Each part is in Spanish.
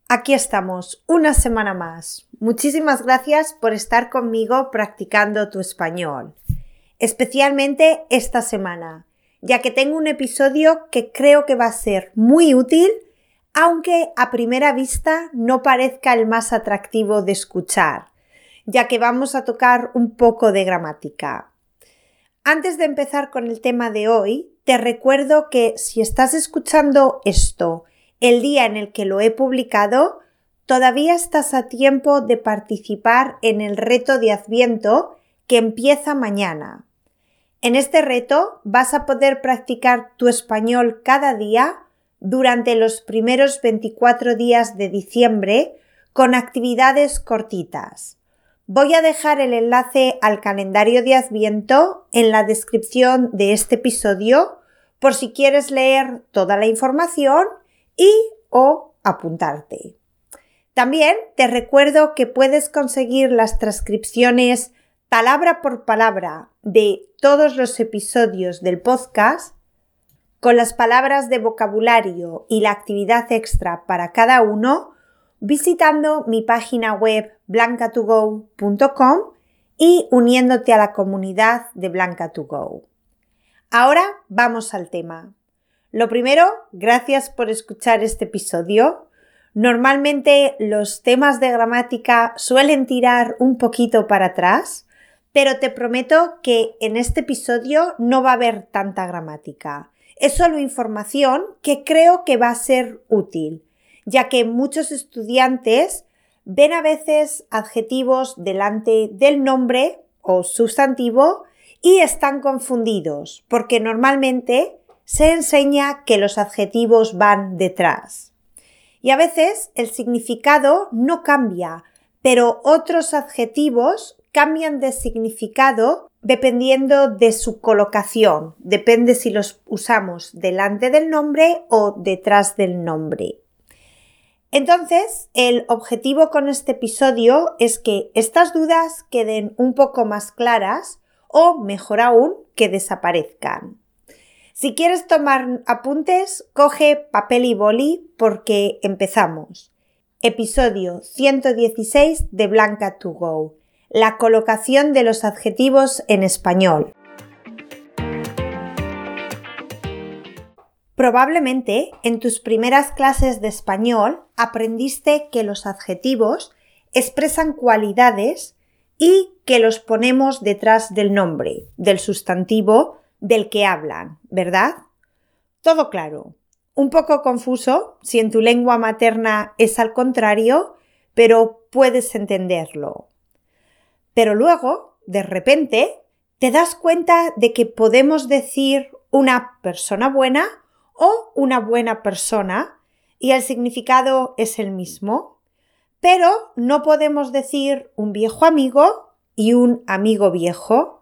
Aquí estamos, una semana más. Muchísimas gracias por estar conmigo practicando tu español, especialmente esta semana, ya que tengo un episodio que creo que va a ser muy útil, aunque a primera vista no parezca el más atractivo de escuchar, ya que vamos a tocar un poco de gramática. Antes de empezar con el tema de hoy, te recuerdo que si estás escuchando esto el día en el que lo he publicado, todavía estás a tiempo de participar en el reto de Adviento que empieza mañana. En este reto vas a poder practicar tu español cada día durante los primeros 24 días de diciembre con actividades cortitas. Voy a dejar el enlace al calendario de Adviento en la descripción de este episodio por si quieres leer toda la información o apuntarte. También te recuerdo que puedes conseguir las transcripciones palabra por palabra de todos los episodios del podcast con las palabras de vocabulario y la actividad extra para cada uno visitando mi página web blanca2go.com y uniéndote a la comunidad de Blanca2Go. Ahora vamos al tema. Lo primero, gracias por escuchar este episodio. Normalmente los temas de gramática suelen tirar un poquito para atrás, pero te prometo que en este episodio no va a haber tanta gramática. Es solo información que creo que va a ser útil, ya que muchos estudiantes ven a veces adjetivos delante del nombre o sustantivo y están confundidos, porque normalmente se enseña que los adjetivos van detrás. Y a veces el significado no cambia, pero otros adjetivos cambian de significado dependiendo de su colocación. Depende si los usamos delante del nombre o detrás del nombre. Entonces, el objetivo con este episodio es que estas dudas queden un poco más claras o, mejor aún, que desaparezcan. Si quieres tomar apuntes, coge papel y boli porque empezamos. Episodio 116 de Blanca2Go. La colocación de los adjetivos en español. Probablemente en tus primeras clases de español aprendiste que los adjetivos expresan cualidades y que los ponemos detrás del nombre, del sustantivo del que hablan, ¿verdad? Todo claro. Un poco confuso si en tu lengua materna es al contrario, pero puedes entenderlo. Pero luego, de repente, te das cuenta de que podemos decir una persona buena o una buena persona y el significado es el mismo, pero no podemos decir un viejo amigo y un amigo viejo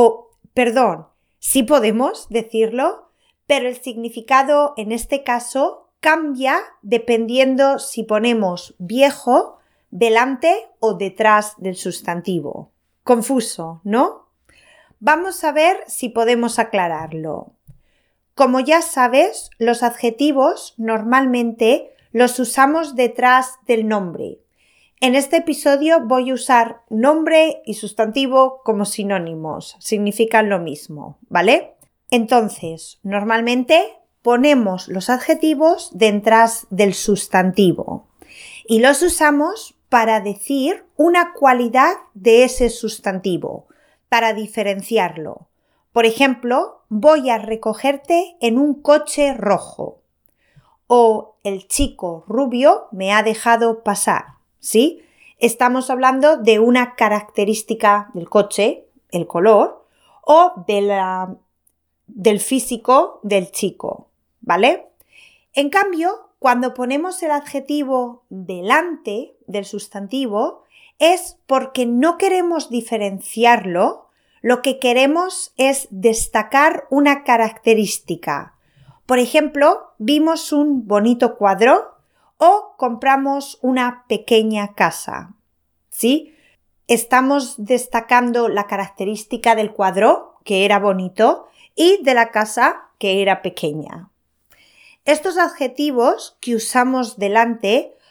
sí podemos decirlo, pero el significado en este caso cambia dependiendo si ponemos viejo delante o detrás del sustantivo. Confuso, ¿no? Vamos a ver si podemos aclararlo. Como ya sabes, los adjetivos normalmente los usamos detrás del nombre. En este episodio voy a usar nombre y sustantivo como sinónimos, significan lo mismo, ¿vale? Entonces, normalmente ponemos los adjetivos detrás del sustantivo y los usamos para decir una cualidad de ese sustantivo, para diferenciarlo. Por ejemplo, voy a recogerte en un coche rojo o el chico rubio me ha dejado pasar. ¿Sí? Estamos hablando de una característica del coche, el color, o del físico del chico, ¿vale? En cambio, cuando ponemos el adjetivo delante del sustantivo es porque no queremos diferenciarlo, lo que queremos es destacar una característica. Por ejemplo, vimos un bonito cuadro o compramos una pequeña casa, ¿sí? Estamos destacando la característica del cuadro, que era bonito, y de la casa, que era pequeña. Estos adjetivos que usamos delante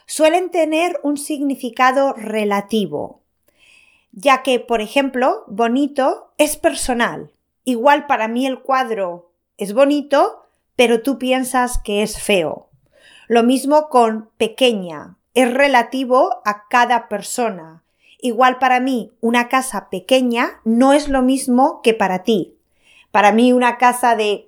suelen tener un significado relativo, ya que, por ejemplo, bonito es personal. Igual para mí el cuadro es bonito, pero tú piensas que es feo. Lo mismo con pequeña, es relativo a cada persona. Igual para mí una casa pequeña no es lo mismo que para ti. Para mí una casa de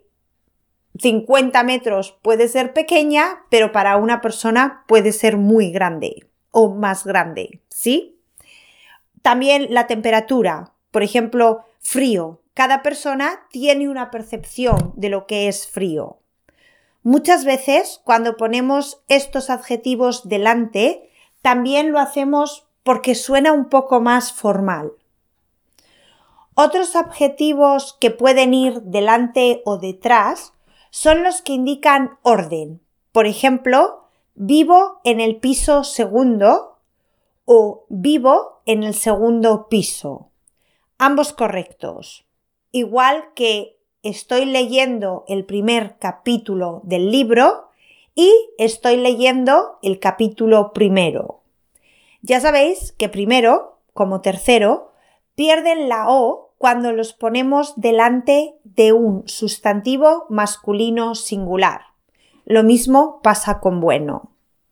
50 metros puede ser pequeña, pero para una persona puede ser muy grande o más grande, ¿sí? También la temperatura, por ejemplo, frío. Cada persona tiene una percepción de lo que es frío. Muchas veces, cuando ponemos estos adjetivos delante, también lo hacemos porque suena un poco más formal. Otros adjetivos que pueden ir delante o detrás son los que indican orden. Por ejemplo, vivo en el piso segundo o vivo en el segundo piso. Ambos correctos. Igual que estoy leyendo el primer capítulo del libro y estoy leyendo el capítulo primero. Ya sabéis que primero, como tercero, pierden la O cuando los ponemos delante de un sustantivo masculino singular. Lo mismo pasa con bueno.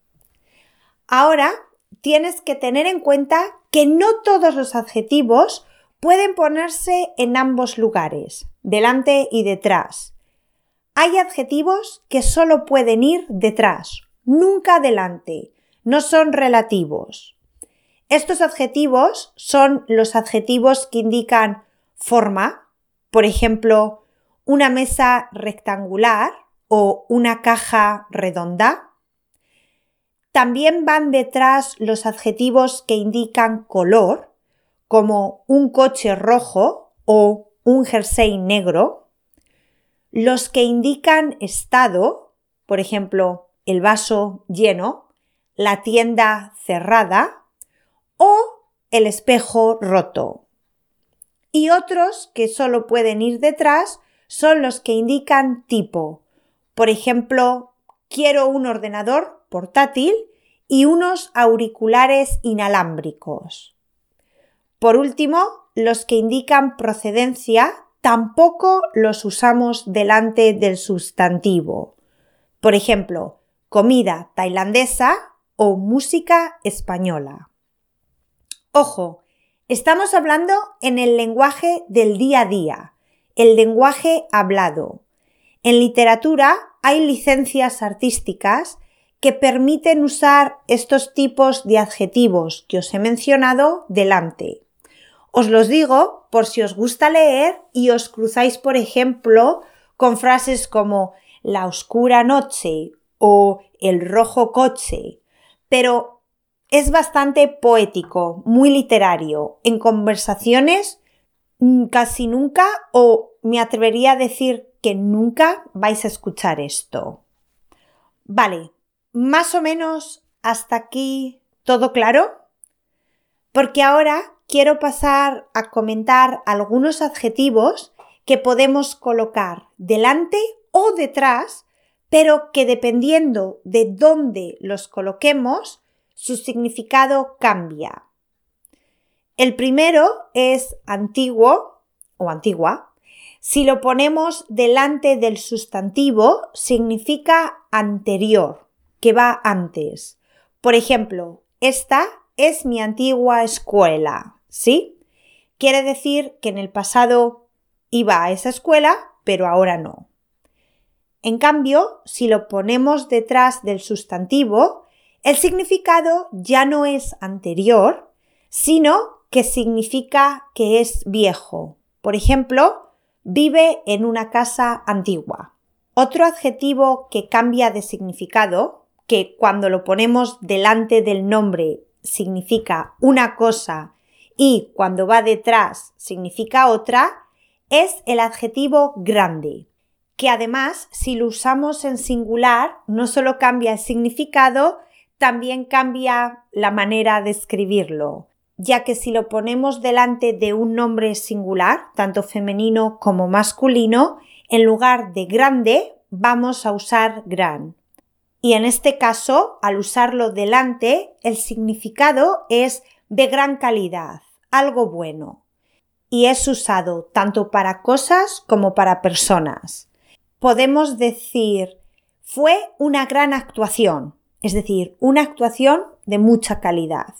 Ahora tienes que tener en cuenta que no todos los adjetivos pueden ponerse en ambos lugares, delante y detrás. Hay adjetivos que solo pueden ir detrás, nunca delante, no son relativos. Estos adjetivos son los adjetivos que indican forma, por ejemplo, una mesa rectangular o una caja redonda. También van detrás los adjetivos que indican color, como un coche rojo o un jersey negro. Los que indican estado, por ejemplo, el vaso lleno, la tienda cerrada o el espejo roto. Y otros que solo pueden ir detrás son los que indican tipo. Por ejemplo, quiero un ordenador portátil y unos auriculares inalámbricos. Por último, los que indican procedencia tampoco los usamos delante del sustantivo. Por ejemplo, comida tailandesa o música española. Ojo, estamos hablando en el lenguaje del día a día, el lenguaje hablado. En literatura hay licencias artísticas que permiten usar estos tipos de adjetivos que os he mencionado delante. Os los digo por si os gusta leer y os cruzáis, por ejemplo, con frases como la oscura noche o el rojo coche, pero es bastante poético, muy literario. En conversaciones casi nunca, o me atrevería a decir que nunca vais a escuchar esto. Vale, más o menos hasta aquí todo claro, porque ahora quiero pasar a comentar algunos adjetivos que podemos colocar delante o detrás, pero que dependiendo de dónde los coloquemos, su significado cambia. El primero es antiguo o antigua. Si lo ponemos delante del sustantivo, significa anterior, que va antes. Por ejemplo, esta es mi antigua escuela, ¿sí? Quiere decir que en el pasado iba a esa escuela, pero ahora no. En cambio, si lo ponemos detrás del sustantivo, el significado ya no es anterior, sino que significa que es viejo. Por ejemplo, vive en una casa antigua. Otro adjetivo que cambia de significado, que cuando lo ponemos delante del nombre significa una cosa y cuando va detrás significa otra, es el adjetivo grande, que además, si lo usamos en singular, no solo cambia el significado, también cambia la manera de escribirlo, ya que si lo ponemos delante de un nombre singular, tanto femenino como masculino, en lugar de grande vamos a usar gran. Y en este caso, al usarlo delante, el significado es de gran calidad, algo bueno. Y es usado tanto para cosas como para personas. Podemos decir, fue una gran actuación, es decir, una actuación de mucha calidad.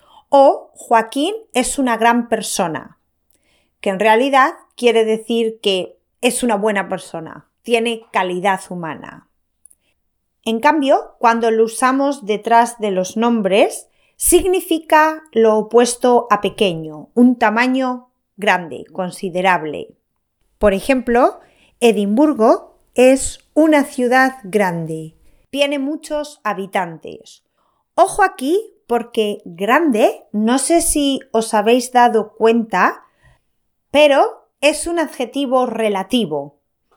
O Joaquín es una gran persona, que en realidad quiere decir que es una buena persona, tiene calidad humana. En cambio, cuando lo usamos detrás de los nombres, significa lo opuesto a pequeño, un tamaño grande, considerable. Por ejemplo, Edimburgo es una ciudad grande, tiene muchos habitantes. Ojo aquí porque grande, no sé si os habéis dado cuenta, pero es un adjetivo relativo.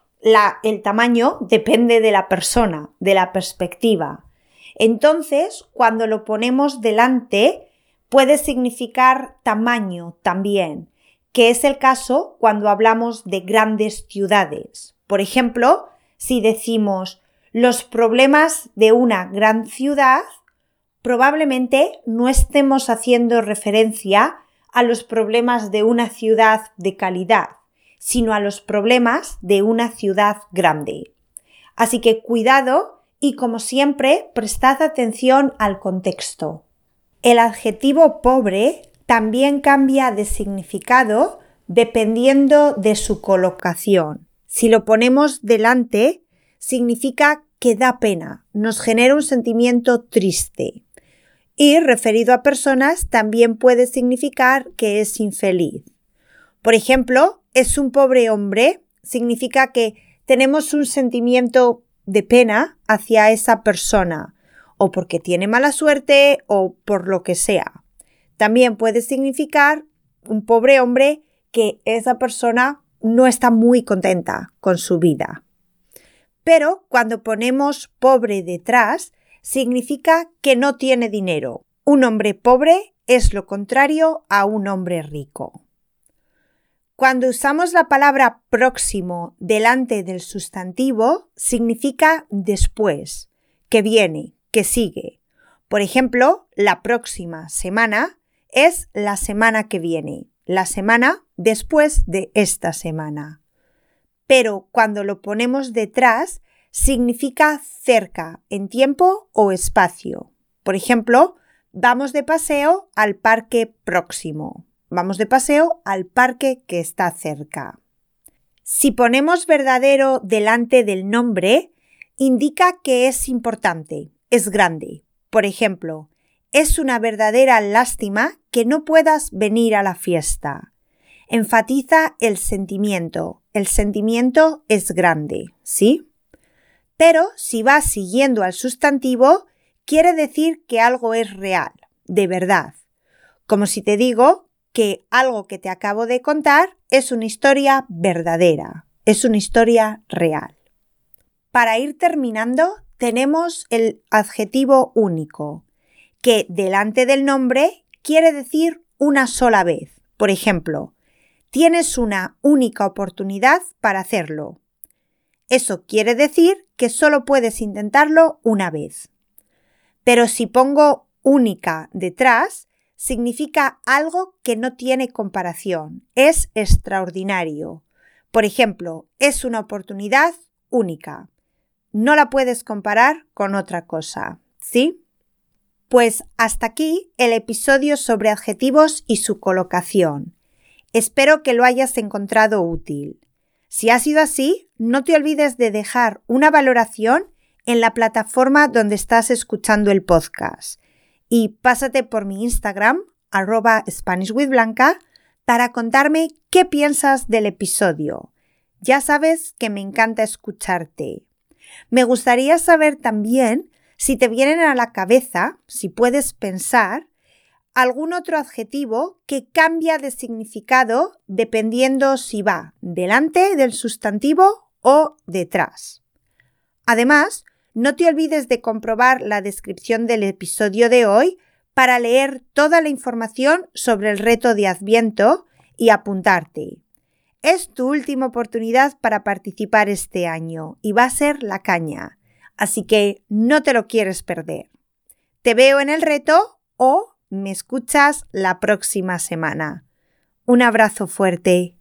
El tamaño depende de la persona, de la perspectiva. Entonces, cuando lo ponemos delante, puede significar tamaño también, que es el caso cuando hablamos de grandes ciudades. Por ejemplo, si decimos los problemas de una gran ciudad, probablemente no estemos haciendo referencia a los problemas de una ciudad de calidad, sino a los problemas de una ciudad grande. Así que cuidado y, como siempre, prestad atención al contexto. El adjetivo pobre también cambia de significado dependiendo de su colocación. Si lo ponemos delante, significa que da pena, nos genera un sentimiento triste. Y referido a personas también puede significar que es infeliz. Por ejemplo, es un pobre hombre, significa que tenemos un sentimiento de pena hacia esa persona, o porque tiene mala suerte o por lo que sea. También puede significar un pobre hombre que esa persona no está muy contenta con su vida. Pero cuando ponemos pobre detrás, significa que no tiene dinero. Un hombre pobre es lo contrario a un hombre rico. Cuando usamos la palabra próximo delante del sustantivo, significa después, que viene, que sigue. Por ejemplo, la próxima semana es la semana que viene, la semana después de esta semana. Pero cuando lo ponemos detrás, significa cerca, en tiempo o espacio. Por ejemplo, vamos de paseo al parque próximo. Vamos de paseo al parque que está cerca. Si ponemos verdadero delante del nombre, indica que es importante, es grande. Por ejemplo, es una verdadera lástima que no puedas venir a la fiesta. Enfatiza el sentimiento. El sentimiento es grande, ¿sí? Pero si va siguiendo al sustantivo, quiere decir que algo es real, de verdad. Como si te digo que algo que te acabo de contar es una historia verdadera, es una historia real. Para ir terminando, tenemos el adjetivo único, que delante del nombre quiere decir una sola vez. Por ejemplo, tienes una única oportunidad para hacerlo. Eso quiere decir que solo puedes intentarlo una vez. Pero si pongo única detrás, significa algo que no tiene comparación, es extraordinario. Por ejemplo, es una oportunidad única. No la puedes comparar con otra cosa, ¿sí? Pues hasta aquí el episodio sobre adjetivos y su colocación. Espero que lo hayas encontrado útil. Si ha sido así, no te olvides de dejar una valoración en la plataforma donde estás escuchando el podcast. Y pásate por mi Instagram, @SpanishWithBlanca, para contarme qué piensas del episodio. Ya sabes que me encanta escucharte. Me gustaría saber también si te vienen a la cabeza, si puedes pensar, algún otro adjetivo que cambia de significado dependiendo si va delante del sustantivo o detrás. Además, no te olvides de comprobar la descripción del episodio de hoy para leer toda la información sobre el reto de Adviento y apuntarte. Es tu última oportunidad para participar este año y va a ser la caña. Así que no te lo quieres perder. Te veo en el reto o me escuchas la próxima semana. Un abrazo fuerte.